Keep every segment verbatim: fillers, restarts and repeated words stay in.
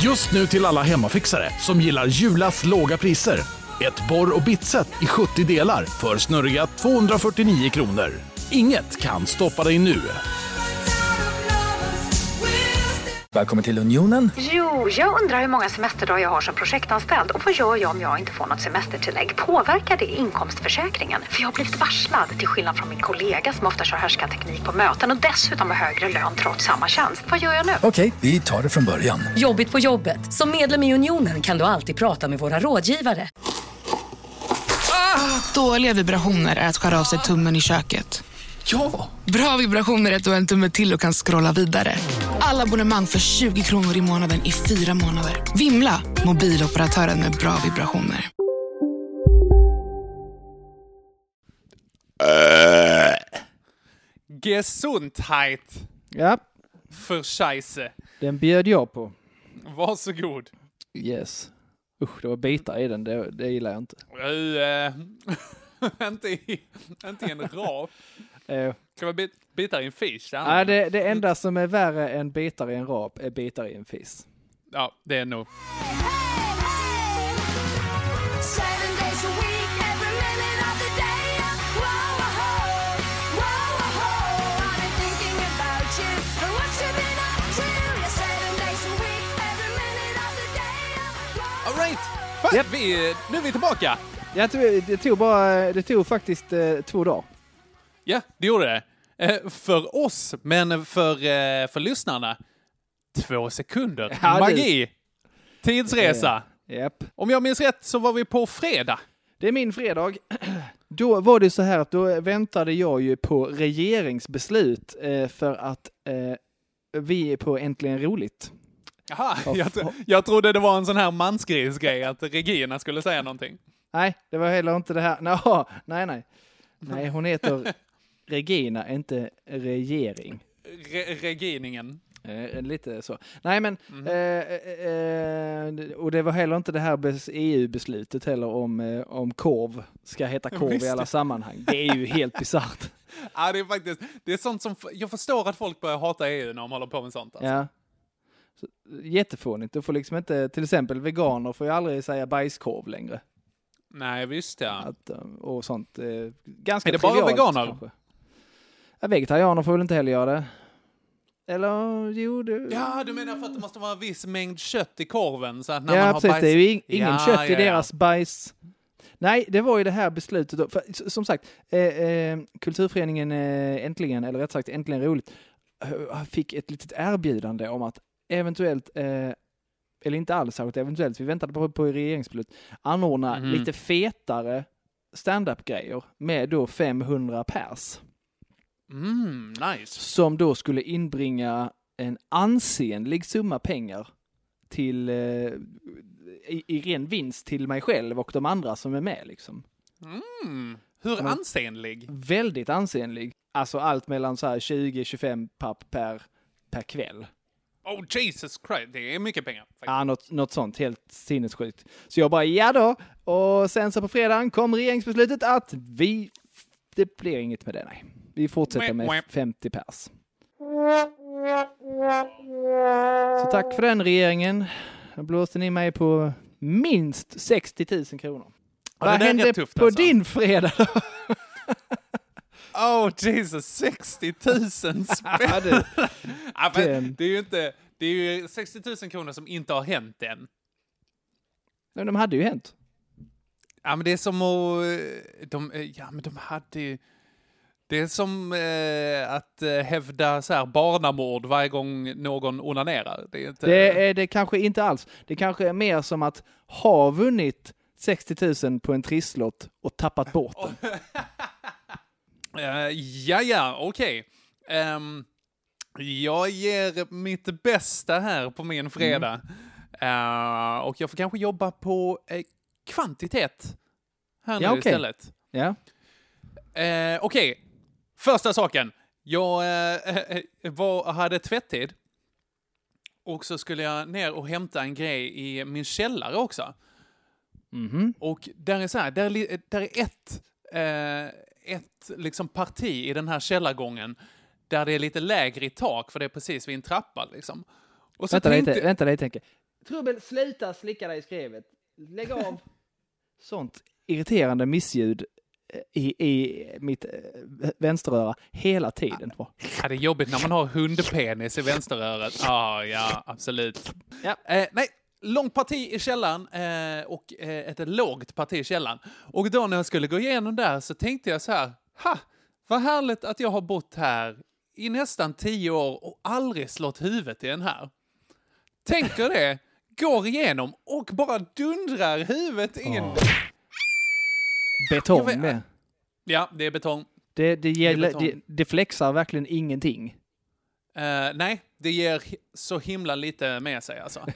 Just nu till alla hemmafixare som gillar Julas låga priser. Ett borr- och bitset i sjuttio delar för snurriga tvåhundrafyrtionio kronor. Inget kan stoppa dig nu. Välkommen till Unionen. Jo, jag undrar hur många semesterdagar jag har som projektanställd. Och vad gör jag om jag inte får något semestertillägg? Påverkar det inkomstförsäkringen? För jag har blivit varslad, till skillnad från min kollega som ofta kör härskarteknik på möten och dessutom har högre lön trots samma tjänst. Vad gör jag nu? Okej, vi tar det från början. Jobbigt på jobbet. Som medlem i Unionen kan du alltid prata med våra rådgivare. Ah, dåliga vibrationer är att skära av sig tummen i köket. Ja! Bra vibrationer är att du har en tumme till och kan scrolla vidare. Alla abonnemang för tjugo kronor i månaden i fyra månader. Vimla, mobiloperatören med bra vibrationer. Gesundheit. Ja. För scheisse. Den bjöd jag på. Varsågod. Yes. Usch, det var bitar i den. Det, det gillar jag inte. Uh, äh, inte, i, inte i en rap. Uh. Kan man bit, bitar i en fish? Det, ja, det, det enda som är värre än bitar i en rap är bitar i en fisk. Ja, det är nog. Alright, yep. vi, nu är vi tillbaka. Jag tog, det, tog bara, det tog faktiskt eh, två dagar. Ja, det gjorde det. Eh, för oss, men för, eh, för lyssnarna, två sekunder. Ja, magi. Det... Tidsresa. Eh, yep. Om jag minns rätt så var vi på fredag. Det är min fredag. Då var det så här att då väntade jag ju på regeringsbeslut eh, för att eh, vi är på Äntligen Roligt. Jaha, jag, jag trodde det var en sån här mansgrisgrej att Regina skulle säga någonting. Nej, det var heller inte det här. No, nej, nej. Nej, hon heter Regina, inte regering. Re- reginingen. Eh, lite så. Nej, men mm. eh, eh, och det var heller inte det här E U-beslutet heller om, eh, om korv ska heta korv Visst. I alla sammanhang. Det är ju helt bizarrt. Ja, det är faktiskt, det är sånt som, jag förstår att folk börjar hata E U när de håller på med sånt. Alltså. Ja. Så, jättefånigt. Du får liksom inte, till exempel veganer får ju aldrig säga bajskorv längre. Nej, visst ja. Att, och sånt. Eh, ganska är det bara veganer? Kanske. Ja, vegetarianer får väl inte heller göra det. Eller, jo, det... Ja, du menar för att det måste vara en viss mängd kött i korven. Så att när ja, man precis. Har bajs... Det är ju in, ingen ja, kött ja, i ja. deras bajs. Nej, det var ju det här beslutet. Då. För, som sagt, eh, eh, Kulturföreningen eh, Äntligen, eller rätt sagt Äntligen Roligt, eh, fick ett litet erbjudande om att eventuellt, eh, eller inte alls sagt eventuellt, vi väntade på, på regeringsbeslut, anordna mm. lite fetare stand-up-grejer med då femhundra pers. Mm, nice. Som då skulle inbringa en ansenlig summa pengar till eh, i, i ren vinst till mig själv och de andra som är med liksom. Mm, hur Men, ansenlig? Väldigt ansenlig. Alltså allt mellan så här tjugo till tjugofem papp per, per kväll. Oh Jesus Christ, det är mycket pengar. Faktiskt. Ja, något, något sånt, helt sinnessjukt. Så jag bara, ja då. Och sen så på fredagen kom regeringsbeslutet att vi, det blir inget med det, nej. Vi fortsätter med femtio pers. Så tack för den regeringen. Då blåste ni mig på minst sextio tusen kronor. Ja, vad hände tufft, på alltså. din fredag då? Oh Jesus, sextio tusen spänn. Ja, det, ja, men det är ju inte, det är ju sextio tusen kronor som inte har hänt än. Men de hade ju hänt. Ja, men det är som att de, ja, men de hade ju, det är som eh, att eh, hävda så här barnamord varje gång någon onanerar. Det är, inte... det är det kanske inte alls. Det kanske är mer som att ha vunnit sextio tusen på en trisslott och tappat bort den. uh, ja, ja, okej. Okay. Um, jag ger mitt bästa här på min fredag. Mm. Uh, och jag får kanske jobba på uh, kvantitet här ja, nu okay. istället. Ja. Uh, okej. Okay. Första saken. Jag uh, var, hade tvättid. Och så skulle jag ner och hämta en grej i min källare också. Mm-hmm. Och där är så här, där, där är ett, eh, ett liksom parti i den här källargången där det är lite lägre i tak, för det är precis vid en trappa liksom. Och så vänta, tänkte... lite, vänta lite, tänker. Trubbel, sluta slicka dig i skrevet. Lägg av. Sånt irriterande missljud i, i mitt äh, vänsteröra hela tiden. Ja, det är jobbigt när man har hundpenis i vänsterörat. Ah, ja, absolut. Ja. Eh, nej, långt parti i källaren eh, och eh, ett lågt parti i källaren. Och då när jag skulle gå igenom där så tänkte jag så här, ha, vad härligt att jag har bott här i nästan tio år och aldrig slått huvudet i den här. Tänker det, går igenom och bara dundrar huvudet in. Oh. Betong vet, med. Ja, det är betong. Det, det, ger, det, är betong. det, det flexar verkligen ingenting. Uh, nej, det ger så himla lite med sig alltså.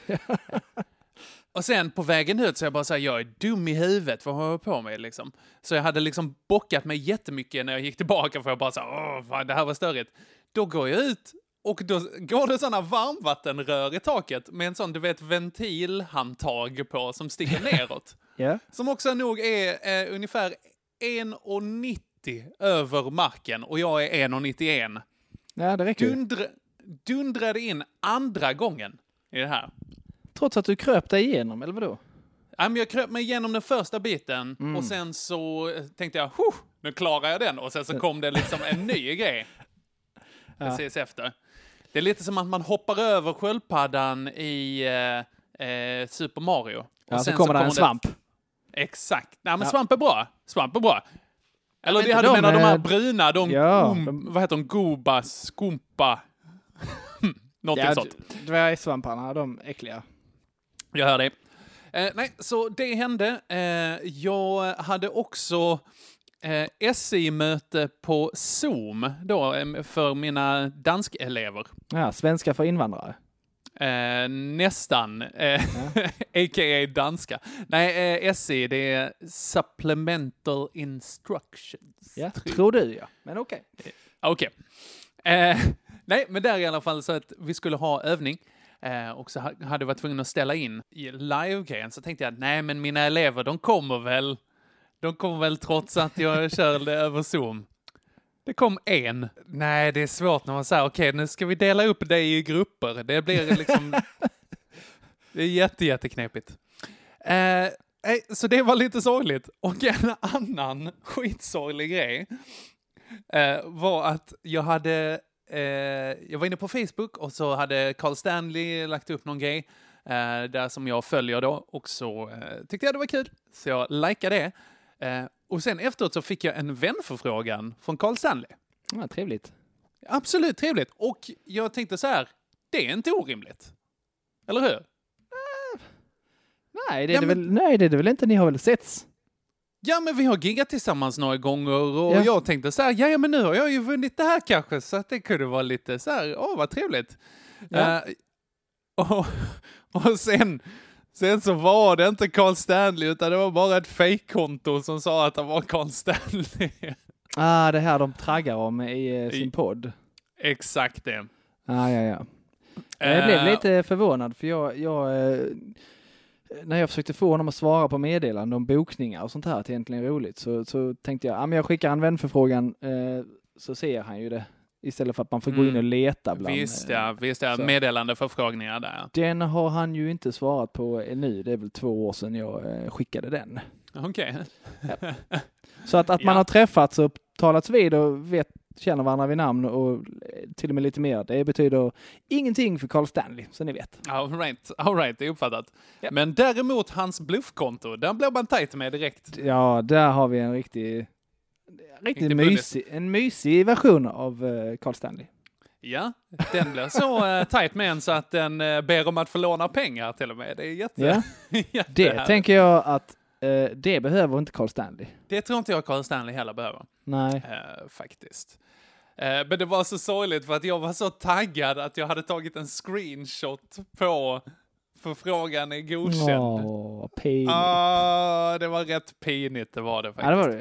Och sen på vägen ut så jag bara säger jag är dum i huvudet, vad har jag på mig liksom? Så jag hade liksom bockat mig jättemycket när jag gick tillbaka för jag bara sa åh fan, det här var störigt. Då går jag ut och då går det sådana varmvattenrör i taket med en sån, du vet, ventilhandtag på som sticker neråt. Yeah. Som också nog är eh, ungefär en komma nittio över marken och jag är en komma nittioen. Ja, det räcker. Dundra, dundrade in andra gången i det här. Trots att du kröp dig igenom, eller vadå? Ja, men jag kröp mig igenom den första biten mm. och sen så tänkte jag, nu klarar jag den. Och sen så kom det liksom en ny grej. Ja. Precis efter. Det är lite som att man hoppar över sköldpaddan i eh, eh, Super Mario. Och ja, sen så kommer det en svamp. Det... Exakt. Nej, men ja. svamp är bra. Svamp är bra. Eller det hade de, menar de här bruna, de, ja, um, de... vad heter de? Gobas, skumpa. Någonting ja, sånt. Dvärgsvamparna, de äckliga. Jag hör dig. Eh, nej, så det hände. Eh, jag hade också eh, S I-möte på Zoom då, eh, för mina danskelever. Ja, svenska för invandrare. Eh, nästan. Eh, ja. A K A danska. Nej, eh, S I, det är Supplemental Instructions. Ja, tror, tror du ja. Men okej. Okay. Okej. Okay. Eh, nej, men där i alla fall så att vi skulle ha övning. Eh, och så hade jag varit tvungen att ställa in i live-grejen. Så tänkte jag, nej men mina elever, de kommer väl. De kommer väl trots att jag körde över Zoom. Det kom en. Nej, det är svårt när man säger, okej, okay, nu ska vi dela upp dig i grupper. Det blir liksom... det är jätte, jätteknepigt. Eh, så det var lite sorgligt. Och en annan skitsorglig grej eh, var att jag hade... Eh, jag var inne på Facebook och så hade Carl Stanley lagt upp någon grej eh, där som jag följer då. Och så eh, tyckte jag det var kul. Så jag likade det. Eh, och sen efteråt så fick jag en vänförfrågan från Carl Stanley. Ja, trevligt. Absolut trevligt. Och jag tänkte så här, det är inte orimligt. Eller hur? Uh, nej, det är ja, det men... väl, nej, det är det väl inte. Ni har väl setts? Ja, men vi har giggat tillsammans några gånger och ja. jag tänkte så här, ja, ja men nu har jag ju vunnit det här kanske så att det kunde vara lite så här, åh vad trevligt. Ja. Uh, och, och sen, sen så var det inte Carl Stanley utan det var bara ett fake-konto som sa att han var Carl Stanley. Ah, det här de traggar om i uh, sin I, podd. Exakt det. Ah, ja, ja. Jag uh, blev lite förvånad för jag... jag uh, när jag försökte få honom att svara på meddelanden om bokningar och sånt här, att det egentligen är roligt, så, så tänkte jag, ja men jag skickar en vänförfrågan eh, så ser han ju det. Istället för att man får mm. gå in och leta bland... Visst ja, visst ja. Meddelande förfrågningar där. Den har han ju inte svarat på nu. Det är väl två år sedan jag eh, skickade den. Okej. Okay. Ja. Så att, att man ja. har träffats och talats vid och vet, känner varandra vid namn och till och med lite mer. Det betyder ingenting för Carl Stanley, så ni vet. All right, all right, det är uppfattat. Yep. Men däremot hans bluffkonto, den blir man tajt med direkt. Ja, där har vi en riktig, riktigt mysig, en mysig version av uh, Carl Stanley. Ja, den blir så uh, tajt med en så att den uh, ber om att få låna pengar till och med. Det är jätte... Ja. jätte det tänker jag att uh, det behöver inte Carl Stanley. Det tror inte jag Carl Stanley heller behöver. Nej. Uh, faktiskt. Uh, men det var så sorgligt för att jag var så taggad att jag hade tagit en screenshot på förfrågan är godkänd. Åh, pinigt. Ah, det var rätt pinigt, det var det faktiskt. Ja, det var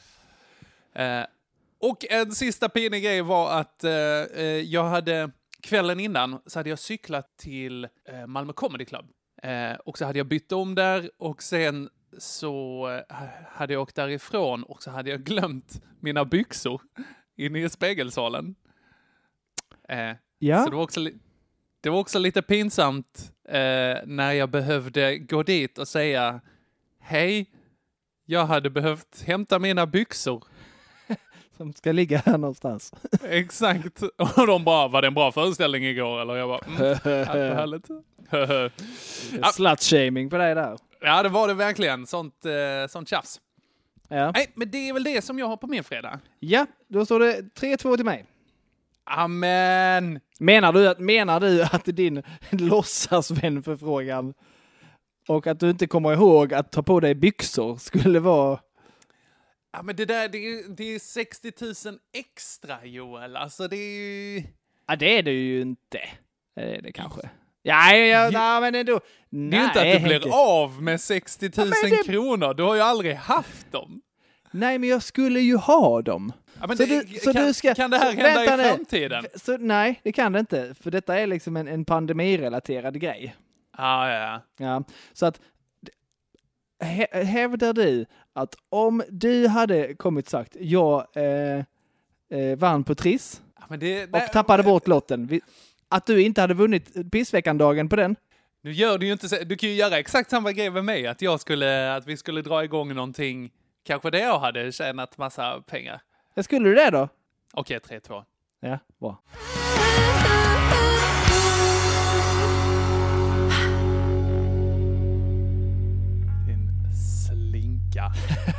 det. Uh, och en sista pinig grej var att uh, uh, jag hade, kvällen innan så hade jag cyklat till uh, Malmö Comedy Club. Uh, och så hade jag bytt om där och sen så uh, hade jag åkt därifrån och så hade jag glömt mina byxor inne i spegelsalen. Uh, ja. Så det var, också li- det var också lite pinsamt eh, när jag behövde gå dit och säga hej, jag hade behövt hämta mina byxor. Som ska ligga här någonstans. Exakt. Och de bara, var det en bra föreställning igår? Eller jag bara, mm, härligt. Slut-shaming på dig där. Ja, det var det verkligen. Sånt, eh, sånt tjafs. Ja. Nej, men det är väl det som jag har på min fredag. Ja, då står det tre två till mig. Amen. Menar du att, menar du att din låtsasvänförfrågan och att du inte kommer ihåg att ta på dig byxor skulle vara... Ja, men det där, det är, det är sextio tusen extra, Joel. Alltså, det är ju... Ja, det är det ju inte. Det är det kanske. Ja, ja, ja, men ändå. Det är ju inte att du blir Henke. av med sextio tusen ja, det... kronor. Du har ju aldrig haft dem. Nej, men jag skulle ju ha dem. Ja, men så det, du, så kan, du ska, kan det här så, hända vänta i nu. framtiden? Så, nej, det kan det inte. För detta är liksom en, en pandemirelaterad grej. Ah, ja, Ja. Så att hä, hävdar du att om du hade kommit sagt jag eh, eh, vann på Triss ja. Men det, och nej, tappade bort lotten, vi, att du inte hade vunnit pissveckan-dagen på den? Nu gör du ju inte så, du kan ju göra exakt samma grej med mig, att jag skulle, att vi skulle dra igång någonting, kanske det jag hade tjänat massa pengar. Jag skulle du det då? Okej, tre två. Ja, bra. Din slinka.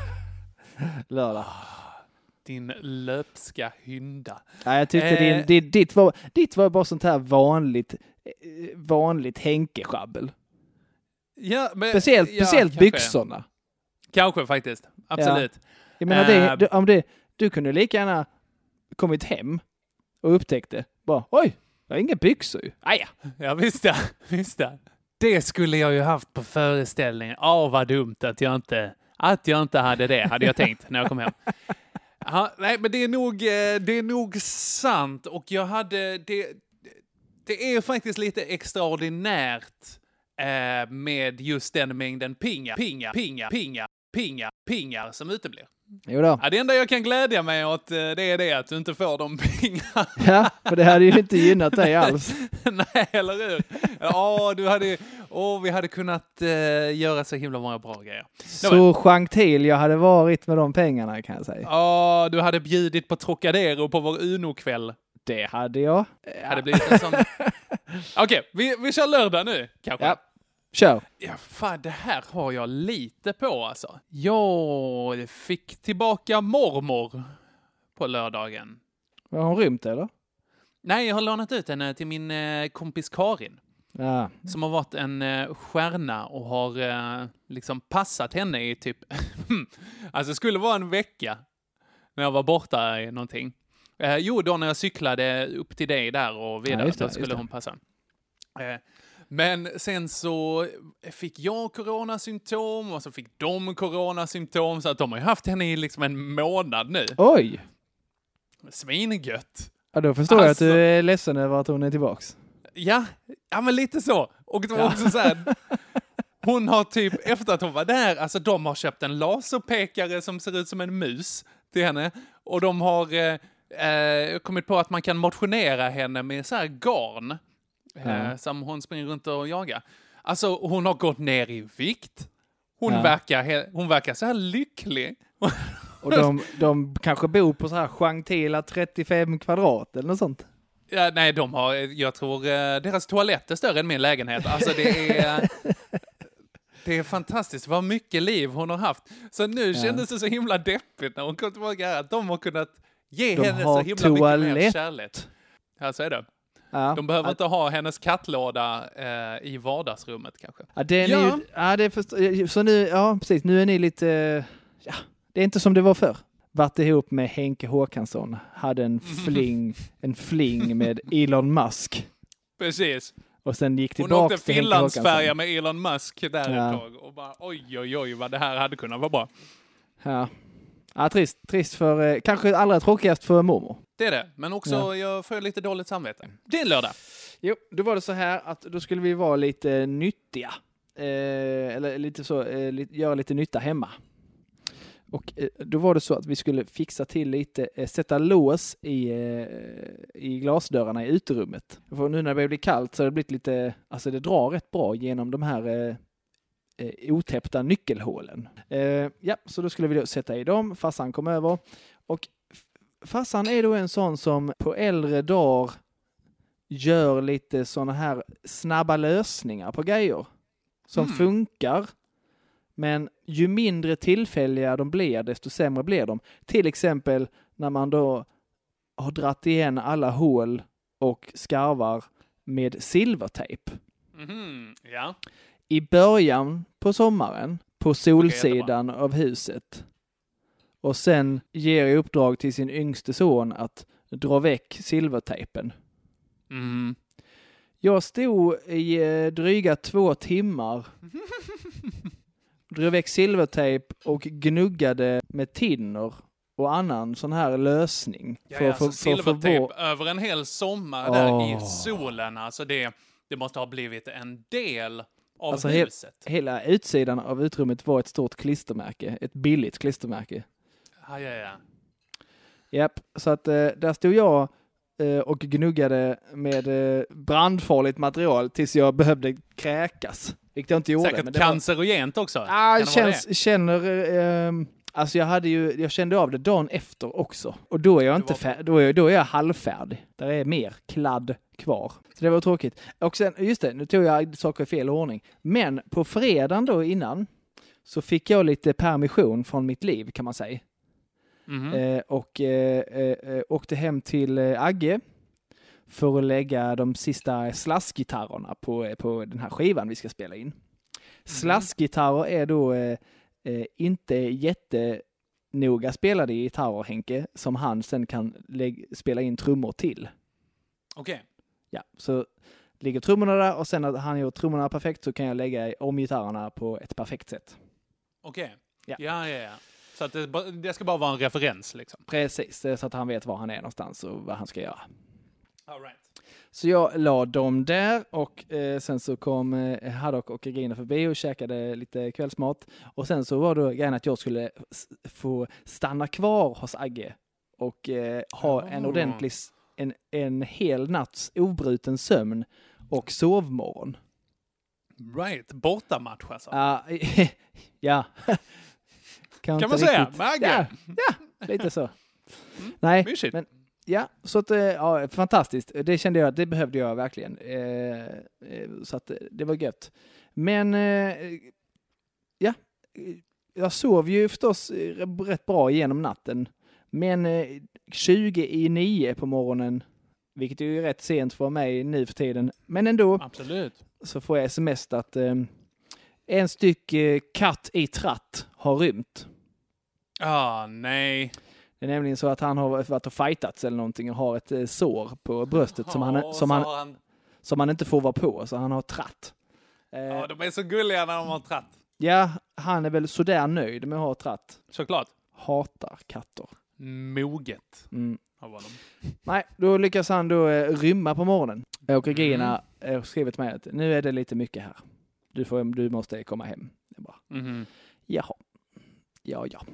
Lördag. Din löpska hynda. Ja, jag tyckte Eh. din, din, ditt, var, ditt var bara sånt här vanligt eh, vanligt Henke-schabbel. Ja, men, Speciellt, ja, speciellt kanske. byxorna. Kanske faktiskt, absolut. Jag menar, det, Eh. du, om det, du kunde lika gärna kommit hem och upptäckte bara, oj, jag har inga byxor ju. Aja. Ja, visst ja, visst ja. Det skulle jag ju haft på föreställningen. Åh, vad dumt att jag inte, att jag inte hade det, hade jag tänkt när jag kom hem. Ja, nej, men det är nog, eh, det är nog sant. Och jag hade, det, det är faktiskt lite extraordinärt eh, med just den mängden pinga, pinga, pinga, pinga, pinga, pingar som uteblir. Jo då. Ja, det enda jag kan glädja mig åt, eh, det är det att du inte får de pingar. Ja, för det hade ju inte gynnat dig alls. Nej, eller hur? Ja, du hade, åh, vi hade kunnat eh, göra så himla många bra grejer. Så gentil jag hade varit med de pengarna, kan jag säga. Ja, du hade bjudit på Trocadero på vår Uno-kväll. Det hade jag. Det hade blivit en sån... Okej, okay, vi, vi kör lördag nu, kanske. Ja, kör. Ja, fan, det här har jag lite på, alltså. Jag fick tillbaka mormor på lördagen. Har hon rymt, eller? Nej, jag har lånat ut henne till min eh, kompis Karin. Ja. Som har varit en eh, stjärna och har eh, liksom passat henne i typ... alltså det skulle vara en vecka när jag var borta i någonting. Eh, jo, då när jag cyklade upp till dig där och vidare, ja, just det, då skulle just det. hon passa. Eh, men sen så fick jag coronasymptom och så fick de coronasymptom, så att de har ju haft henne i liksom en månad nu. Oj! Svingött. Ja, då förstår Alltså- jag att du är ledsen över att hon är tillbaks. Ja, ja men lite så. Och det var också så här, hon har typ, efter att hon var där, alltså de har köpt en laserpekare som ser ut som en mus till henne. Och de har eh, eh, kommit på att man kan motionera henne med så här garn eh, Ja. som hon springer runt och jagar. Alltså hon har gått ner i vikt. Hon, Ja. verkar, he- hon verkar så här lycklig. Och de, de kanske bor på så här gentila trettiofem kvadrat eller något sånt. Ja, nej, de har, jag tror eh, deras toalett är större än min lägenhet. Alltså det är... Det är fantastiskt vad mycket liv hon har haft. Så nu Ja. kändes det så himla deppigt när hon kom tillbaka här, att de har kunnat ge De henne så har himla mycket mer toalett. kärlek. Ja, så är det. Ja. De behöver ja. inte ha hennes kattlåda eh, i vardagsrummet kanske. Ja, det är Ja. Ni, ju- ja, det är först, så nu, ja, precis. Nu är ni lite, eh, ja, det är inte som det var förr. Vart ihop med Henke Håkansson, hade en fling, en fling med Elon Musk. Precis. Och sen gick Hon tillbaka åkte till Henke Finlandsfärja Håkansson. med Elon Musk där Ja. ett tag och bara oj, oj, oj, vad det här hade kunnat vara bra. Ja. Ja, trist. Trist för, eh, kanske allra tråkigast för mormor. Det är det, men också Ja. jag får lite dåligt samvete. Det är lördag. Jo, då var det så här att då skulle vi vara lite nyttiga. Eh, eller lite så, eh, lite, göra lite nytta hemma. Och eh, då var det så att vi skulle fixa till lite, eh, sätta lås i, eh, i glasdörrarna i uterummet. För nu när det börjar bli kallt så har det blivit lite, alltså det drar rätt bra genom de här eh, eh, otäppta nyckelhålen. Eh, ja, så då skulle vi då sätta i dem. Farsan kom över. Och farsan är då en sån som på äldre dagar gör lite såna här snabba lösningar på grejer. Som mm. funkar. Men ju mindre tillfälliga de blir, desto sämre blir de. Till exempel när man då har dratt igen alla hål och skarvar med silvertejp. Mm, ja. I början på sommaren, på solsidan av huset. Och sen ger jag uppdrag till sin yngste son att dra väck silvertejpen. Mm. Jag stod i dryga två timmar drog väck silvertejp och gnuggade med tinner och annan sån här lösning. Ja, för, ja, för, alltså för, silvertejp för, över en hel sommar där oh. i solen. Alltså det, det måste ha blivit en del av alltså huset. He, hela utsidan av utrymmet var ett stort klistermärke. Ett billigt klistermärke. Ja, ja, ja. Japp, så att eh, där stod jag eh, och gnuggade med eh, brandfarligt material tills jag behövde kräkas. Vilket jag inte gjorde. Säkert men det cancerogent var... också. Ah, kan känns, känner... Eh, alltså jag hade ju... Jag kände av det dagen efter också. Och då är jag inte fär, då, är, då är jag halvfärdig. Där är mer kladd kvar. Så det var tråkigt. Och sen, just det, nu tog jag saker i fel ordning. Men på fredagen då innan så fick jag lite permission från mitt liv kan man säga. Mm. Eh, och eh, eh, åkte hem till eh, Agge för att lägga de sista slaskgitarrerna på, på den här skivan vi ska spela in. Mm. Slaskgitarrer är då eh, eh, inte jättenoga spelade gitarrer, Henke, som han sen kan lägg- spela in trummor till. Okej. Okay. Ja, så ligger trummorna där och sen när han gjort trummorna perfekt så kan jag lägga om gitarrerna på ett perfekt sätt. Okej. Okay. Ja. ja, ja, ja. Så att det, det ska bara vara en referens liksom. Precis, så att han vet var han är någonstans och vad han ska göra. All right. Så jag la dem där och eh, sen så kom eh, Haddock och Regina förbi och käkade lite kvällsmat. Och sen så var det grejen att jag skulle s- få stanna kvar hos Agge och eh, ha oh. en ordentlig, en, en hel natts obruten sömn och sovmorgon. Right, bortamatch alltså. Uh, ja. kan kan man säga? Magge? Ja, ja, lite så. Mm, Nej, mysigt. Men ja, så att, ja, fantastiskt. Det kände jag, det behövde jag verkligen. Eh, så att det var gött. Men eh, ja, jag sov ju förstås rätt bra igenom natten. Men eh, tjugo i nio på morgonen, vilket är ju rätt sent för mig nu för tiden. Men ändå. Absolut. Så får jag sms att eh, en styck eh, katt i tratt har rymt. Ah, nej. Det är nämligen så att han har varit och fightats eller någonting och har ett eh, sår på bröstet som, oh, han, som, han, han... som han inte får vara på. Så han har tratt. Ja, eh, oh, de är så gulliga när de har tratt. Ja, han är väl sådär nöjd med att ha tratt. Såklart. Hatar katter. Moget. Mm. Nej, då lyckas han då eh, rymma på morgonen. Och Regina mm. har skrivit med att nu är det lite mycket här. Du, får, du måste komma hem. Jag bara, mm. Jaha. Ja, ja.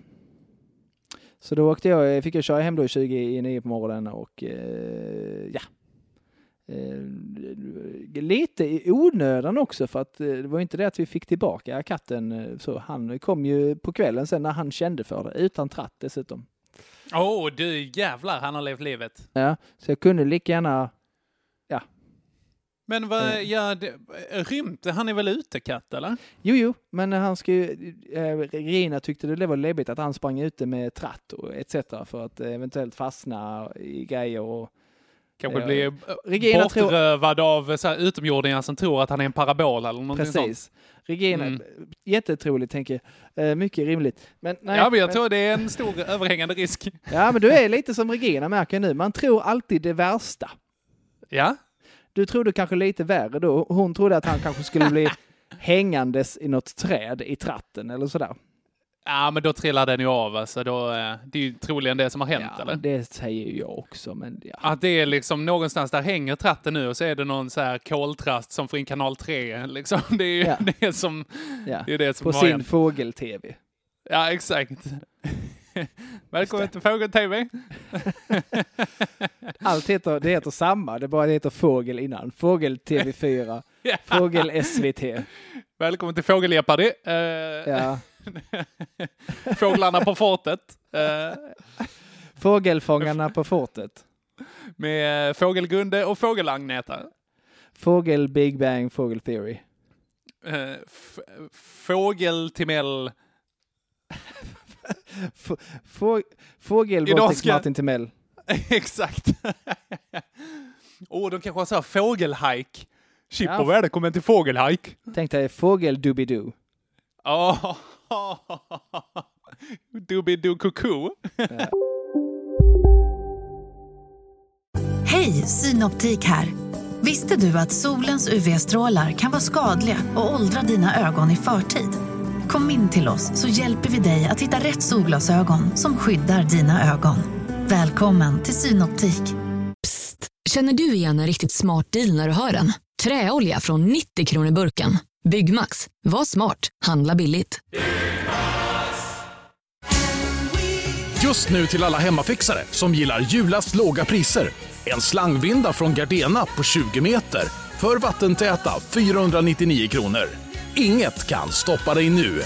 Så då åkte jag, fick jag köra hem då tjugo i nio på morgonen och eh, ja. Eh, lite i onödan också för att eh, det var inte det att vi fick tillbaka katten. Så han kom ju på kvällen sen när han kände för det. Utan tratt dessutom. Åh, oh, du jävlar, han har levt livet. Ja, så jag kunde lika gärna, ja. Men vad, ja, det, rymt, han är väl ute, katt, eller? Jo, jo, men han ska ju, äh, Regina tyckte det var läbbigt att han sprang ute med tratt och et cetera för att äh, eventuellt fastna i grejer och kanske äh, bli Regina bortrövad tror, av så här, utomjordingar som tror att han är en parabol eller någonting sånt. Precis. Regina, mm. jättetroligt tänker jag. Mycket rimligt. Men, nej, ja, men jag men... tror det är en stor överhängande risk. Ja, men du är lite som Regina märker nu. Man tror alltid det värsta. Ja. Du trodde kanske lite värre då. Hon trodde att han kanske skulle bli hängandes i något träd i tratten eller sådär. Ja, men då trillar den ju av. Alltså då, det är ju troligen det som har hänt, ja, eller? Det säger jag också. Men ja. Att det är liksom någonstans där hänger tratten nu och så är det någon så här koltrast som får in kanal tre. Liksom. Det är ju ja. det som, ja. det, är det som på har sin hänt. fågel-tv. Ja, exakt. Välkommen till Fågel-T V. Allt heter, det heter samma, det bara det heter Fågel innan. Fågel-T V fyra, Fågel-S V T. Välkommen till Fågel-Jeopardy. Uh, Ja. Fåglarna på fortet. Uh, Fågelfångarna på fortet. med Fågel-Gunde och Fågel-Agneta. Fågel Big Bang Fågel Theory. Uh, f- Fågel-Timell. F- få- Fågel Idag våldtäkt ska- Martin Timell. Exakt. Åh, oh, de kanske har så här fågelhike. Chip Ja. och välkommen till fågelhike. Tänk dig Fågel Doobidoo. Oh. Doobidoo kuku. Hej, Synoptik här. Visste du att solens U V-strålar kan vara skadliga och åldra dina ögon i förtid? Kom in till oss så hjälper vi dig att hitta rätt solglasögon som skyddar dina ögon. Välkommen till Synoptik. Psst, känner du igen en riktigt smart deal när du hör den? Träolja från nittio kronor burken. Byggmax, var smart, handla billigt. Just nu till alla hemmafixare som gillar Julas låga priser. En slangvinda från Gardena på tjugo meter för vattentäta fyrahundranittionio kronor. Inget kan stoppa dig nu.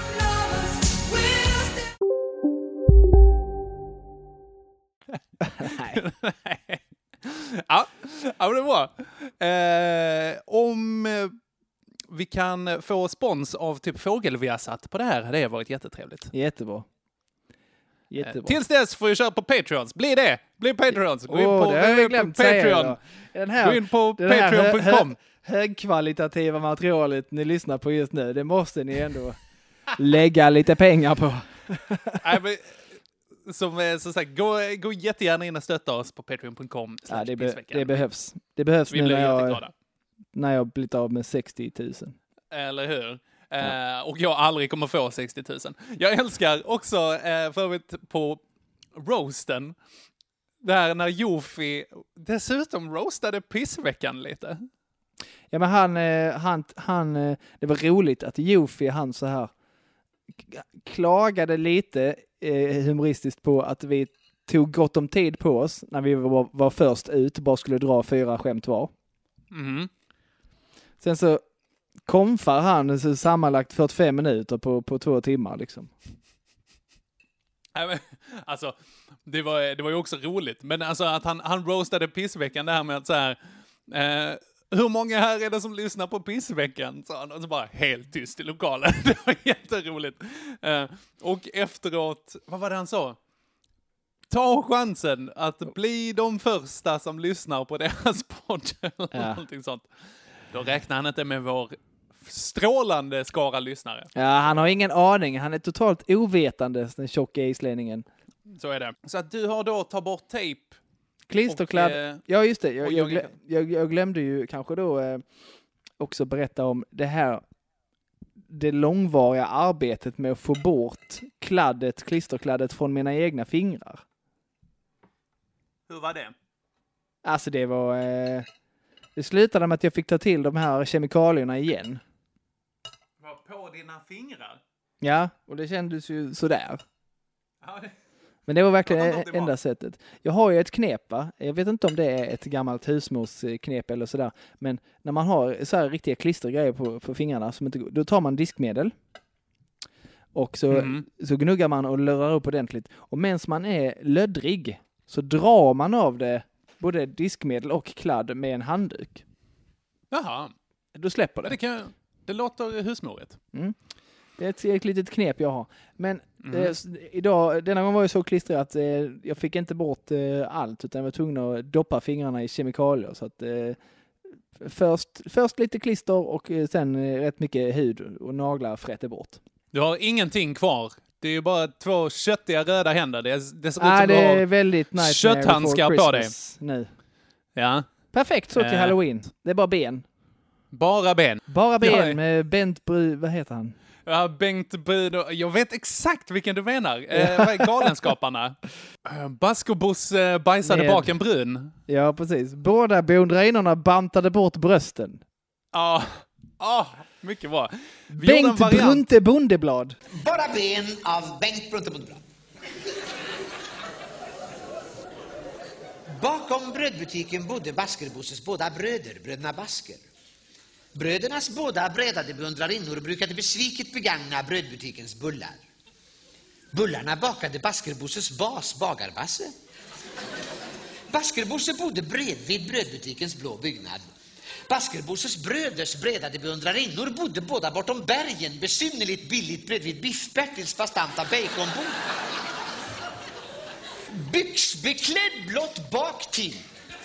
Ja, ja, det är bra. Eh, om eh, vi kan få spons av typ Fågelviasat på det här, det har varit jättetrevligt. Jättebra. Eh, Jättebra. tills dess får vi köra på Patreons. Bli det! Bli Patreons! Gå in Åh, på, det har jag på glömt säga Patreon. då. Den här, Gå in på det här patreon punkt com. hö- hö- högkvalitativa materialet ni lyssnar på just nu, det måste ni ändå lägga lite pengar på. Nej, men, som, eh, som sagt, gå, gå jättegärna in och stötta oss på patreon punkt com. Ja, det, be- det behövs. Det behövs Vi nu blir när jag, jätteglada. när jag blivit av med sextio tusen. Eller hur? Ja. Eh, och jag aldrig kommer få sextio tusen. Jag älskar också eh, för övrigt på roasten. Där när Jofi dessutom roastade pissveckan lite. Ja, men han, eh, han, han, eh, det var roligt att Jofi, han så här k- klagade lite eh, humoristiskt på att vi tog gott om tid på oss när vi var, var först ut, bara skulle dra fyra skämt var. Mm. Sen så konfar han så sammanlagt fyrtiofem minuter på, på två timmar liksom. Nej, men, alltså, det var, det var ju också roligt. Men alltså att han, han roastade pissveckan, det här med att så här... Eh, hur många här är det som lyssnar på pissveckan? Så han, och så bara helt tyst i lokalen. Det var jätteroligt. Eh, och efteråt, vad var det han sa? Ta chansen att bli de första som lyssnar på deras podd. Eller Ja. någonting sånt. Då räknar han inte med vår strålande skara lyssnare. Ja, han har ingen aning. Han är totalt ovetande, den tjocka islänningen. Så är det. Så att du har då tagit bort tejp. Klisterkladd. Och, eh, Ja, just det. Jag, och jag, jag- glö- jag, jag glömde ju kanske då eh, också berätta om det här det långvariga arbetet med att få bort kladdet, klisterkladdet från mina egna fingrar. Hur var det? Alltså det var... Eh, det slutade med att jag fick ta till de här kemikalierna igen. Var på dina fingrar? Ja, och det kändes ju sådär. Ja, det... Men det var verkligen Vad fan det var? enda sättet. Jag har ju ett knep, va? Jag vet inte om det är ett gammalt husmorsknep eller sådär. Men när man har så här riktiga klistergrejer på, på fingrarna, som inte, går- då tar man diskmedel. Och så, Mhm. så gnuggar man och lurar upp ordentligt. Och medan man är löddrig så drar man av det både diskmedel och kladd med en handduk. Jaha, Då släpper ja, det. det, kan... det låter husmorigt. Mm. Det är ett, ett litet knep jag har. Men Mhm. eh, s- idag, denna gång var jag så klistrad att eh, jag fick inte bort eh, allt, utan jag var tvungen att doppa fingrarna i kemikalier. Så att, eh, först, först lite klister och eh, sen eh, rätt mycket hud och naglar frätte bort. Du har ingenting kvar. Det är ju bara två köttiga röda händer. Det, är, det ser ut Ah, som det du är har... väldigt nice kötthandskar på dig. nu. Ja, Perfekt så till Eh. Halloween. Det är bara ben. bara ben. Bara ben Ja, det- med Bent Bry... Vad heter han? Ja, Bengt Brun och... Jag vet exakt vilken du menar. Eh, vad är Galenskaparna? uh, Baskobos uh, bajsade Med- bak en brun. Ja, precis. Båda beundrarinorna bantade bort brösten. Ja, ah, ah, mycket bra. Vi gjorde en Bengt variant. Brunte Bondeblad. Bara ben av Bengt Bruntebuddra. Bakom brödbutiken bodde Baskerbosses båda bröder, bröderna Basker. Brödernas båda brädade beundrarinnor brukade besviket begagna brödbutikens bullar. Bullarna bakade Baskerbosses bas, Bagarbasse. Baskerbosse bodde bredvid brödbutikens blå byggnad. Baskerbosses bröders bredade beundrarinnor bodde båda bortom bergen, besynnerligt billigt bredvid Biff-Bertils bastanta baconbord. Byxbeklädd blott bak till.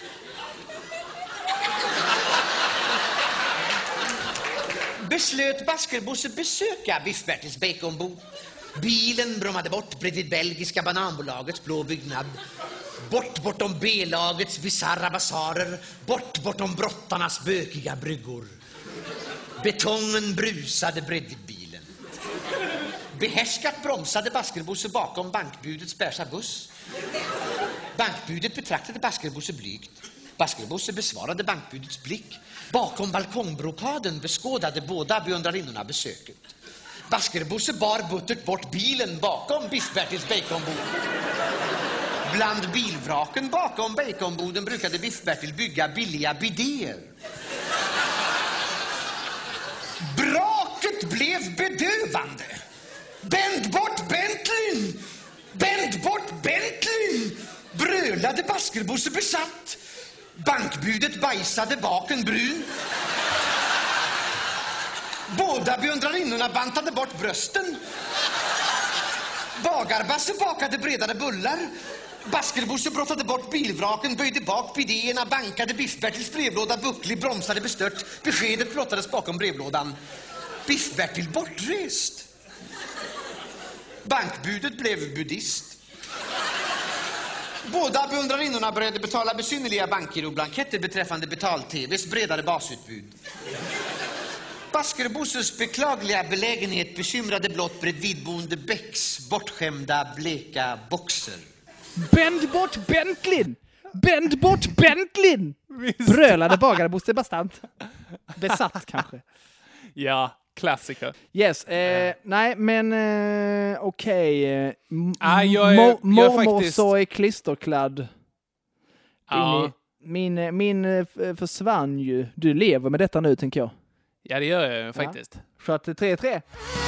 Beslöt Baskerbosse besöka Biff-Bertils baconbord. Bilen brummade bort bredvid belgiska bananbolagets blå byggnad. Bort bortom B-lagets bizarra basarer. Bort bortom brottarnas bökiga bryggor. Betongen brusade bredvid bilen. Behärskat bromsade Baskerbosse bakom bankbudets bärsa buss. Bankbudet betraktade Baskerbosse blygt. Baskerbosse besvarade bankbudets blick. Bakom balkongbrokaden beskådade båda beundrarinnorna besöket. Baskerbosse bar buttert bort bilen bakom Biff-Bertils baconbord. Bland bilvraken bakom baconboden brukade Biff-Bertil bygga billiga bidéer. Braket blev bedövande. Bänd bort Bentleyn! Bänd bort Bentleyn! Brölade Baskerbosse besatt. Bankbudet bajsade baken brun. Båda beundrarinnorna bantade bort brösten. Bagarbasse bakade bredare bullar. Baskerbosse brottade bort bilvraken, böjde bak bidéerna, bankade Biff-Bertils brevlåda, bucklig, bromsade bestört. Beskedet blottades bakom brevlådan. Biff-Bertil bortrest. Bankbudet blev buddhist. Båda beundrarinnorna började betala besynnerliga bankgiroblanketter beträffande betal-tvs bredare basutbud. Baskerbosses beklagliga belägenhet bekymrade blott bredvidboende Bäcks bortskämda bleka boxer. Bänd bort Bentleyn! Bänd bort Bentleyn! Brölade Bagarbosse bastant. Besatt kanske. Ja, klassiker. Yes, eh, nej men eh, okej. Okay. Ah, jag är, Mo- mormor faktiskt... så är klisterkladd. Ja. Min, min eh, försvann ju. Du lever med detta nu, tänker jag. Ja, det gör jag faktiskt. Ja. Så att tre tre.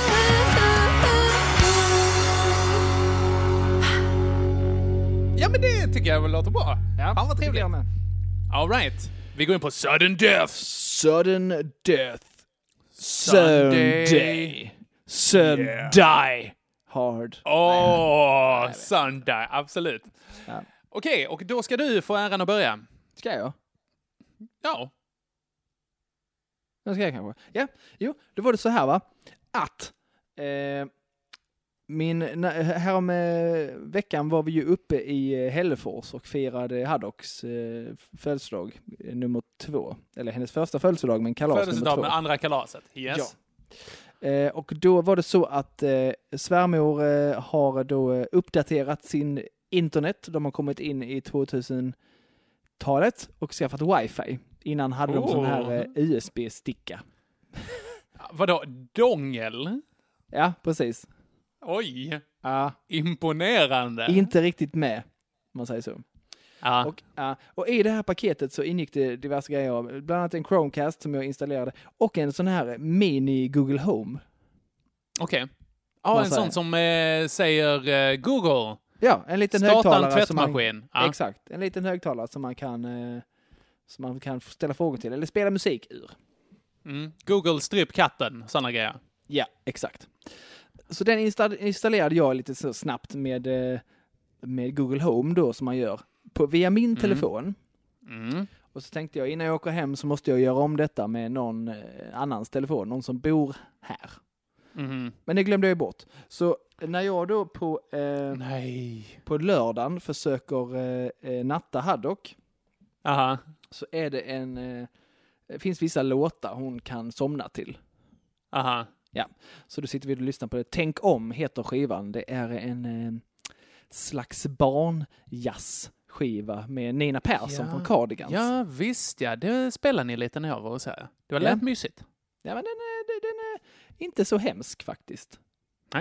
Ja, men det tycker jag väl låter bra. Ja, fan vad trevligt. All right. Vi går in på sudden death. Sudden death. Sunday. Sunday. Sunday. Yeah. Hard. Åh, oh, Sunday. Absolut. Ja. Okej, okay, och då ska du få äran att börja. Ska jag? Ja. Det ska jag kanske. Ja, jo, då var det så här va. Att eh, min, här om eh, veckan var vi ju uppe i Hällefors och firade Haddocks eh, födelsedag eh, nummer två. Eller hennes första födelsedag, men kalas födelsedag nummer två. med andra kalaset, yes. Ja. Eh, och då var det så att eh, svärmor eh, har då eh, uppdaterat sin internet. De har kommit in i tvåtusentalet och skaffat wifi. Innan hade de oh. sån här eh, U S B-sticka. Vadå? Dongel? Ja, precis. Oj! Ja. Imponerande. Inte riktigt med, om man säger så. Ja. Och, ja. och i det här paketet så ingick det diverse grejer. Bland annat en Chromecast som jag installerade. Och en sån här mini Google Home. Okej. Okay. Ja, en sån som eh, säger eh, Google. Ja, en liten Starta högtalare. en tvättmaskin. Man, ja. Exakt, en liten högtalare som man kan... Eh, som man kan ställa frågor till. Eller spela musik ur. Mm. Google stryp katten. Sådana grejer. Ja, exakt. Så den insta- installerade jag lite så snabbt med, med Google Home då, som man gör. På, via min mm. telefon. Mm. Och så tänkte jag, innan jag åker hem så måste jag göra om detta med någon eh, annans telefon. Någon som bor här. Mm. Men det glömde jag bort. Så när jag då på, eh, Nej. på lördagen försöker eh, natta Haddock. Aha. Så är det en... Eh, det finns vissa låtar hon kan somna till. Aha. Ja, så då sitter vi och lyssnar på det. Tänk om heter skivan. Det är en eh, slags barnjazzskiva med Nina Persson ja. från Cardigans. Ja, visst ja. Det spelar ni lite när jag var hos här. Det var ja. lätt mysigt. Ja, men den är, den är inte så hemsk faktiskt. Nej.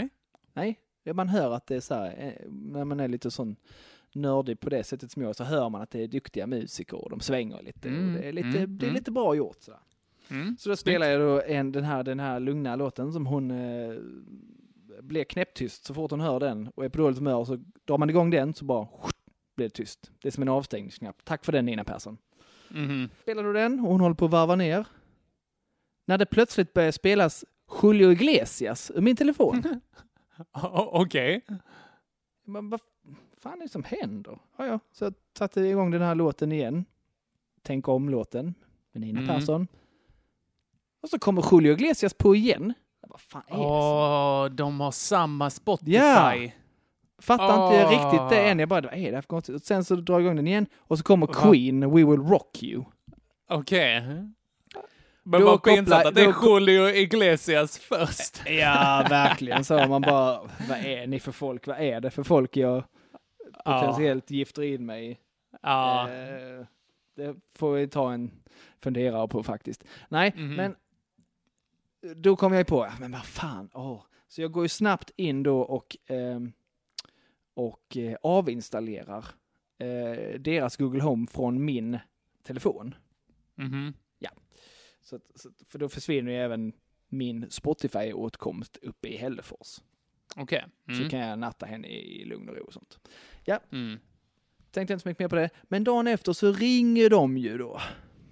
Nej, man hör att det är så här, när man är lite sån nördig på det sättet som jag, så hör man att det är duktiga musiker och de svänger lite. Mm. Och det är lite, Mm. det är lite bra gjort. Så, Mm. så då spelar jag då en, den, här, den här lugna låten som hon eh, blir knäpptyst så fort hon hör den och är på dåligt humör, så drar man igång den så bara blir det tyst. Det är som en avstängningsknapp. Tack för den, Nina Persson. Mm. Spelar du den och hon håller på att varva ner. När det plötsligt börjar spelas Julio Iglesias ur min telefon. Okej. Okay. Vad fan är det som händer? Ja, ja. Så jag satte igång den här låten igen. Tänk om låten med Nina Mm. Persson. Och så kommer Julio Iglesias på igen. Vad fan är det? Åh, de har samma Spotify. Ja. Fattar oh. inte riktigt det än. Jag bara, vad är det här för konstigt? Och sen så drar jag igång den igen. Och så kommer Queen, We Will Rock You. Okej. Okay. Men Då vad kopplar- pinsamt att det är då- Julio Iglesias först. Ja, verkligen. Så man bara, vad är ni för folk? Vad är det för folk jag potentiellt gifter in mig i? Ja. Eh, det får vi ta en funderare på faktiskt. Nej, Mhm. men då kom jag på, men vad fan, åh. Så jag går ju snabbt in då och, ehm, och eh, avinstallerar eh, deras Google Home från min telefon. Mhm. Så, att- så, att- för då försvinner ju även min Spotify-åtkomst uppe i Hällefors. Okej. Mm. Så kan jag natta henne i, i lugn och ro och sånt. Ja, Mm. tänkte inte så mycket mer på det. Men dagen efter så ringer de ju då.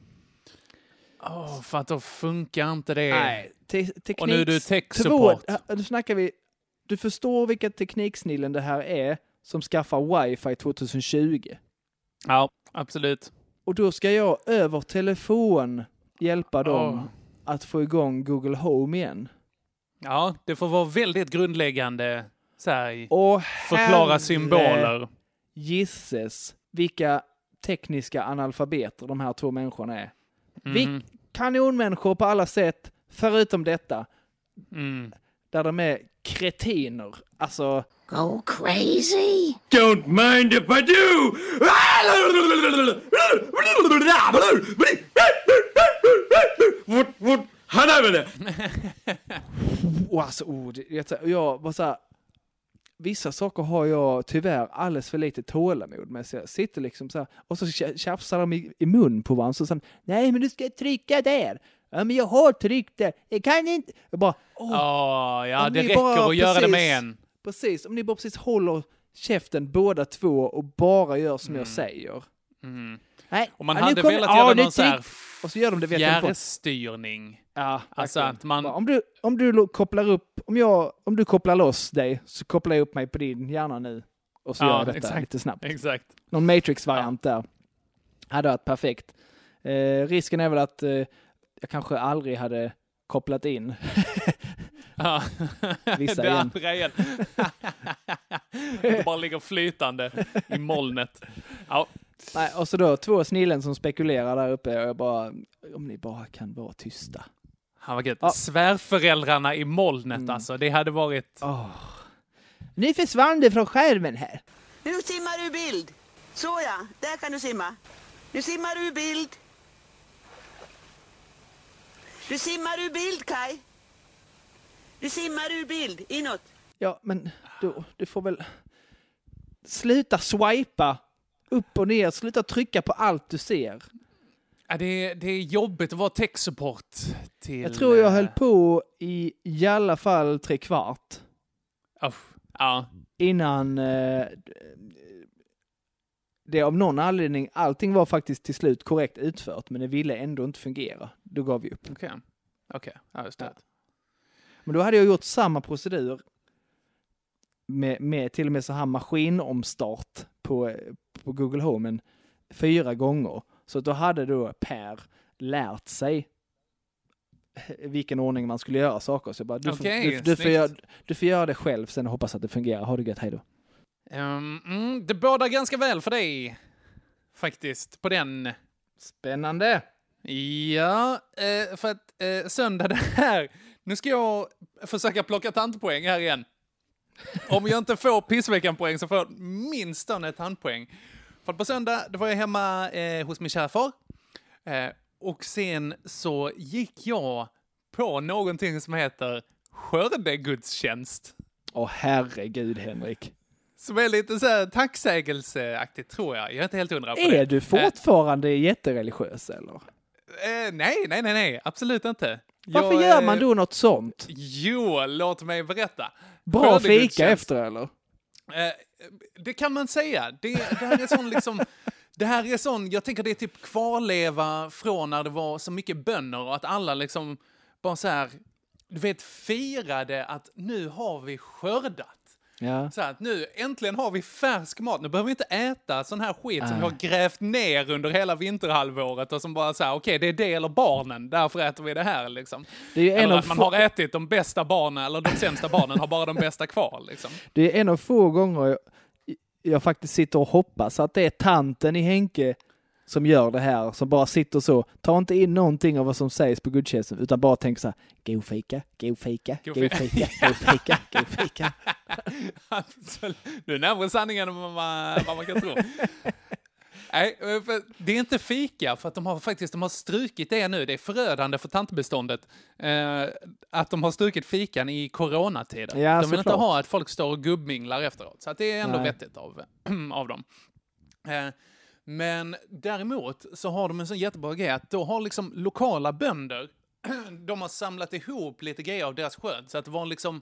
Åh, för att då funkar inte det. Nej, te- teknik... Och nu är du två, tech-support. ja, nu snackar vi... Du förstår vilka tekniksnillen det här är som skaffar wifi tjugo. Ja, absolut. Och då ska jag över telefon hjälpa dem Åh. att få igång Google Home igen. Ja, det får vara väldigt grundläggande så här, Och förklara herre symboler. Gisses vilka tekniska analfabeter de här två människorna är. Mhm. Vi kanonmänniskor på alla sätt, förutom detta, Mm. där de är kretiner. Alltså... Go crazy. Don't mind if I do! What, what? Han är väl det? Och alltså, oh, det, jag, jag var så här, vissa saker har jag tyvärr alldeles för lite tålamod med. Så jag sitter liksom så här, och så tja- tjafsar de i, i mun på varandra. Så sen, nej men du ska trycka där. Ja men jag har tryckt där. Jag kan inte. Jag bara, åh. Åh, ja, Om det ni räcker bara att göra det precis- med en. Precis, om ni bara precis håller käften båda två och bara gör som jag säger. Mm. Nej, Och man ja, nu hade kommer- velat ja, göra nu någon så här tryck- och så gör de det via telefon. fjärrstyrning. Ja, Alltså verkligen. att man... Bara, Om du, om du lo- kopplar upp, om jag, om du kopplar loss dig så kopplar jag upp mig på din hjärna nu. Och så Ja, gör jag detta exakt. lite snabbt. Exakt. Någon Matrix-variant där. Hade varit perfekt. Eh, risken är väl att eh, jag kanske aldrig hade kopplat in. Ja. Vissa det igen. andra igen. Det bara ligger flytande i molnet. Ja. Nej, och så då två snillen som spekulerar där uppe och jag bara, om ni bara kan vara tysta. Han var gött. Ja. Svärföräldrarna i molnet Mm. alltså. Det hade varit... Oh. Nu försvann det från skärmen här. Nu simmar du i bild. Så ja, där kan du simma. Nu simmar du i bild. Du simmar ur bild, Kai. Du simmar ur bild. Inåt. Ja, men du, du får väl sluta swipa upp och ner. Sluta trycka på allt du ser. Ja, det, är, det är jobbigt att vara tech-support till... Jag tror jag eh, höll på i i alla fall tre kvart. Oh, ja. Innan eh, det av någon anledning, allting var faktiskt till slut korrekt utfört, men det ville ändå inte fungera. Då gav vi upp. Okej. Okay. Okej, okay. ja, just det. Ja. Men då hade jag gjort samma procedur med, med till och med så här maskinomstart på, på Google Home en, fyra gånger. Så då hade då Per lärt sig vilken ordning man skulle göra saker. Så jag bara, du, Okej, får, du, du, får snyggt. göra, du får göra det själv sen och hoppas att det fungerar. Ha det gött, hej då. Um, mm, det bådar ganska väl för dig, faktiskt, på den. Spännande. Ja, eh, för att eh, söndag det här. Nu ska jag försöka plocka tantpoäng här igen. Om jag inte får pissveckan-poäng så får jag minst ett tantpoäng. För att på söndag, då var jag hemma eh, hos min kära far. Eh, och sen så gick jag på någonting som heter skördegudstjänst. Åh herregud, Henrik. Som är lite så här tacksägelseaktigt, tror jag. Jag är inte helt hundra på är det. Är du fortfarande eh, jättereligiös, eller? Eh, nej, nej, nej, nej. Absolut inte. Varför jag, gör eh, man då något sånt? Jo, låt mig berätta. Bra fika efter, eller? Eh, det kan man säga. Det, det här är sån liksom... Det här är sån, jag tänker det är typ kvarleva från när det var så mycket bönder och att alla liksom bara så här, du vet, firade att nu har vi skördat. Ja. Så att nu äntligen har vi färsk mat. Nu behöver vi inte äta sån här skit som äh. vi har grävt ner under hela vinterhalvåret och som bara så här, okej, okay, det är det eller barnen, därför äter vi det här liksom. Det är ju en eller av att man få... har ätit de bästa barnen eller de sämsta barnen har bara de bästa kvar liksom. Det är en av få gånger jag, jag faktiskt sitter och hoppas att det är tanten i Henke som gör det här, som bara sitter så, tar inte in någonting av vad som sägs på gudstjänsten, utan bara tänker så här, go fika, go fika, go fika, go fika, go fika. Absolut. Du är närmare sanningen än vad man, vad man kan tro. Nej, för det är inte fika, för att de har faktiskt de har strukit det nu. Det är förödande för tantbeståndet eh, att de har strukit fikan i coronatiden. Ja, de vill inte klart. ha att folk står och gubbminglar efteråt. Så att det är ändå Nej. vettigt av, av dem. Eh, men däremot så har de en sån jättebra grej att då har liksom lokala bönder de har samlat ihop lite grejer av deras skörd. Så att det var liksom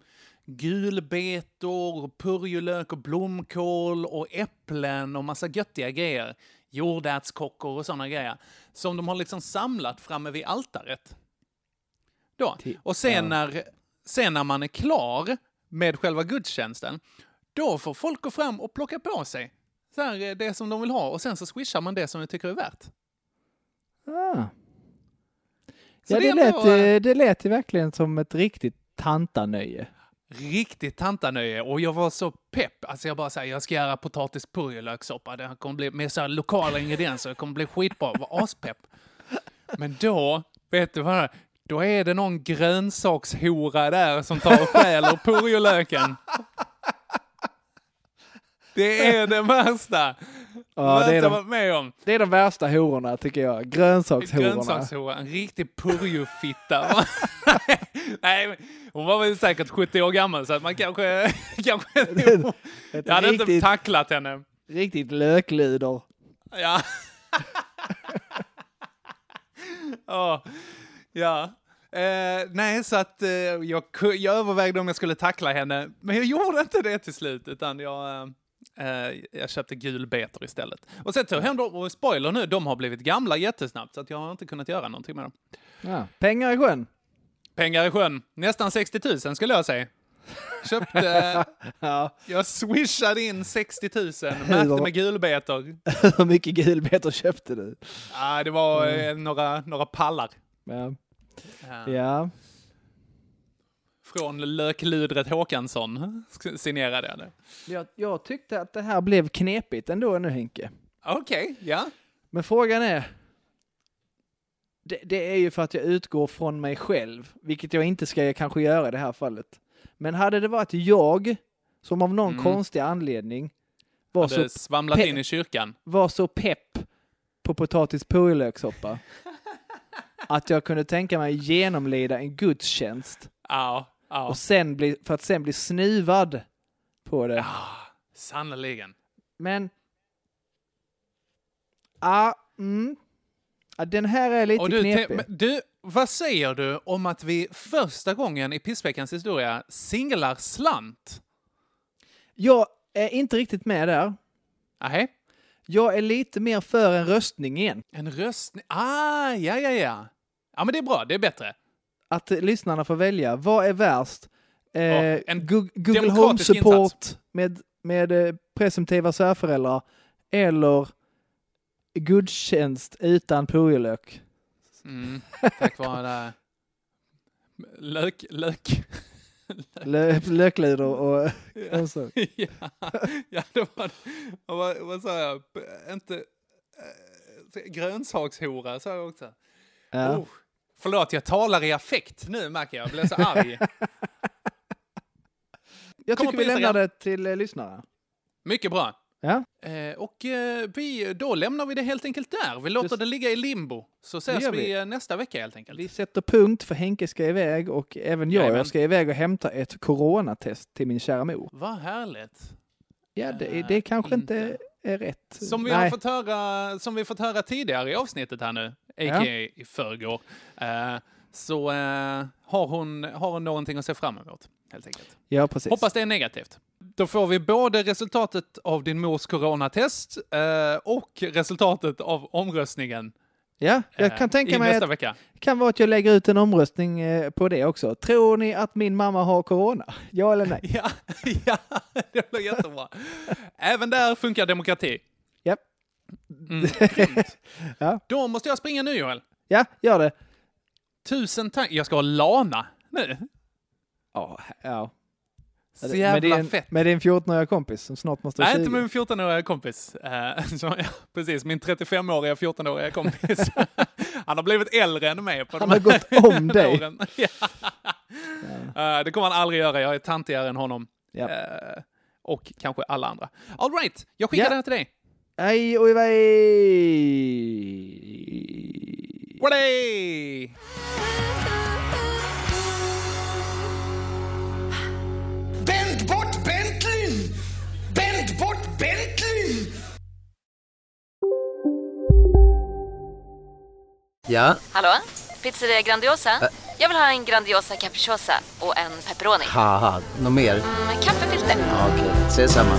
gulbetor, purjolök och blomkål och äpplen och massa göttiga grejer. Jordärtskockor och sådana grejer. Som de har liksom samlat framme vid altaret. Då. Och sen, ja. när, sen när man är klar med själva gudstjänsten, då får folk gå fram och plocka på sig så här, det som de vill ha. Och sen så swishar man det som vi tycker är värt. Ah. Så Ja, det, det lät, var, det lät ju verkligen som ett riktigt tantanöje. Riktigt tantanöje. Och jag var så pepp. Alltså jag bara säger, jag ska göra potatis purjolökssoppa. Det kommer bli med så här lokala ingredienser. Det kommer bli skitbra. Jag var aspepp. Men då, vet du vad? Då är det någon grönsakshora där som tar och stjäler purjolöken. Det är det värsta. Ja, det är de, de, med om. det är de värsta hororna, tycker jag. Grönsakshororna. Grönsakshora. En riktig purjofitta. Nej, hon var väl säkert sjuttio år gammal så att man kanske... kanske Ett, ett jag hade riktigt, inte tacklat henne. Riktigt lökluder. Ja. oh, ja. Eh, nej, så att eh, jag, jag övervägde om jag skulle tackla henne. Men jag gjorde inte det till slut, utan jag... Eh, jag köpte gulbetor istället. Och sen tog hem och spoiler nu, de har blivit gamla jättesnabbt så att jag har inte kunnat göra någonting med dem. Ja. Pengar i sjön. Pengar i sjön. Nästan sextio tusen skulle jag säga. Köpte... ja. Jag swishade in sextio tusen. Märkte med gulbetor. Hur mycket gulbetor köpte du? Ja, det var eh, några, några pallar. Ja. Ja. ja. Från lökludret Håkansson signerade jag det. Jag, jag tyckte att det här blev knepigt ändå nu, Henke. Okej, okay, ja. Men frågan är... Det, det är ju för att jag utgår från mig själv. Vilket jag inte ska kanske göra i det här fallet. Men hade det varit jag som av någon mm. konstig anledning var hade så svamlat pe- in i kyrkan. Var så pepp på potatis purjolökssoppa att jag kunde tänka mig genomlida en gudstjänst. Ja, ja. Och sen bli, för att sen bli snuvad på det. Ja, sannoliken. Men ja, mm, ja, den här är lite och du, knepig. Te- du, vad säger du om att vi första gången i Pissveckans historia singlar slant? Jag är inte riktigt med där. Nej. Jag är lite mer för en röstning igen. En röstning? Ah, ja, ja, ja. Ja, men det är bra. Det är bättre. Att lyssnarna får välja. Vad är värst? Eh, ja, en Go- Google Home Support med, med eh, presumtiva svärföräldrar eller gudstjänst utan purjolök. Mm, tack vare det. Lök, lök. Lö, lökluder och ja, ja, ja, det var vad, vad sa jag? Inte äh, grönsakshora sa jag också. Ja. Oh, förlåt, jag talar i affekt nu märker jag. Jag blev så arg. Jag Kommer tycker vi lämnar det till eh, lyssnare. Mycket bra. Ja. Eh, och eh, vi, då lämnar vi det helt enkelt där. Vi låter det, det ligga i limbo. Så ses vi. vi nästa vecka helt enkelt. Vi sätter punkt för Henke ska iväg och även jag, jag ska iväg och hämta ett coronatest till min kära mor. Vad härligt. Ja, det, det kanske inte. inte är rätt. Som vi, har fått höra, som vi fått höra tidigare i avsnittet här nu, a k a ja. i förrgår, eh, så eh, har, hon, har hon någonting att se fram emot, helt enkelt. Ja, precis. Hoppas det är negativt. Då får vi både resultatet av din mors coronatest eh, och resultatet av omröstningen. Ja, jag kan tänka eh, mig att det kan vara att jag lägger ut en omröstning eh, på det också. Tror ni att min mamma har corona? Ja eller nej? Ja, ja, det blir jättebra. Även där funkar demokrati. Japp. Mm, ja. Då måste jag springa nu, Joel. Ja, gör det. Tusen tack. Jag ska ha Lana nu. Ja, ja. Så jävla med din, fett. Med din fjorton-åriga kompis som snart måste Nej, tjugo. inte med min fjorton-åriga kompis. Uh, så, ja, precis, min trettiofem-åriga fjorton-åriga kompis. Han har blivit äldre än mig. På han de har gått om dig. Ja. Ja. Uh, det kommer han aldrig göra. Jag är tantigare än honom. Ja. Uh, och kanske alla andra. All right, jag skickar ja. det här till dig. Aj, oj, vaj. Wadey! Bänd bort Bentley! Bänd bort Bentley! Ja? Hallå? Pizzeria Grandiosa? Ä Jag vill ha en Grandiosa capriciosa och en pepperoni. Haha, något mer? Mm, kaffefilter. Ja, okej, okay. Ses samma.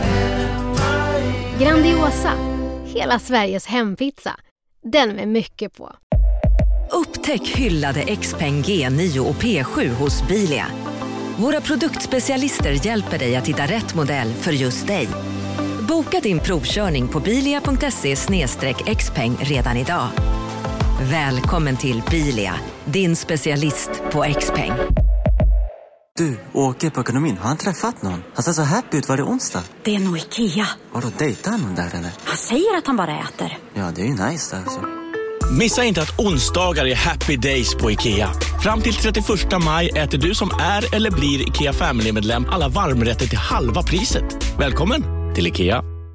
Grandiosa, hela Sveriges hempizza. Den med mycket på. Upptäck hyllade Xpeng G nio och P sju hos Bilia. Våra produktspecialister hjälper dig att hitta rätt modell för just dig. Boka din provkörning på bilia punkt se slash xpeng redan idag. Välkommen till Bilia, din specialist på Xpeng. Du, åker på ekonomin. Har han träffat någon? Han ser så happy ut. Var det onsdag? Det är nog Ikea. Har du dejtat någon där eller? Han säger att han bara äter. Ja, det är ju nice där alltså. Missa inte att onsdagar är happy days på Ikea. Fram till trettioförsta maj äter du som är eller blir Ikea Family-medlem alla varmrätter till halva priset. Välkommen till Ikea.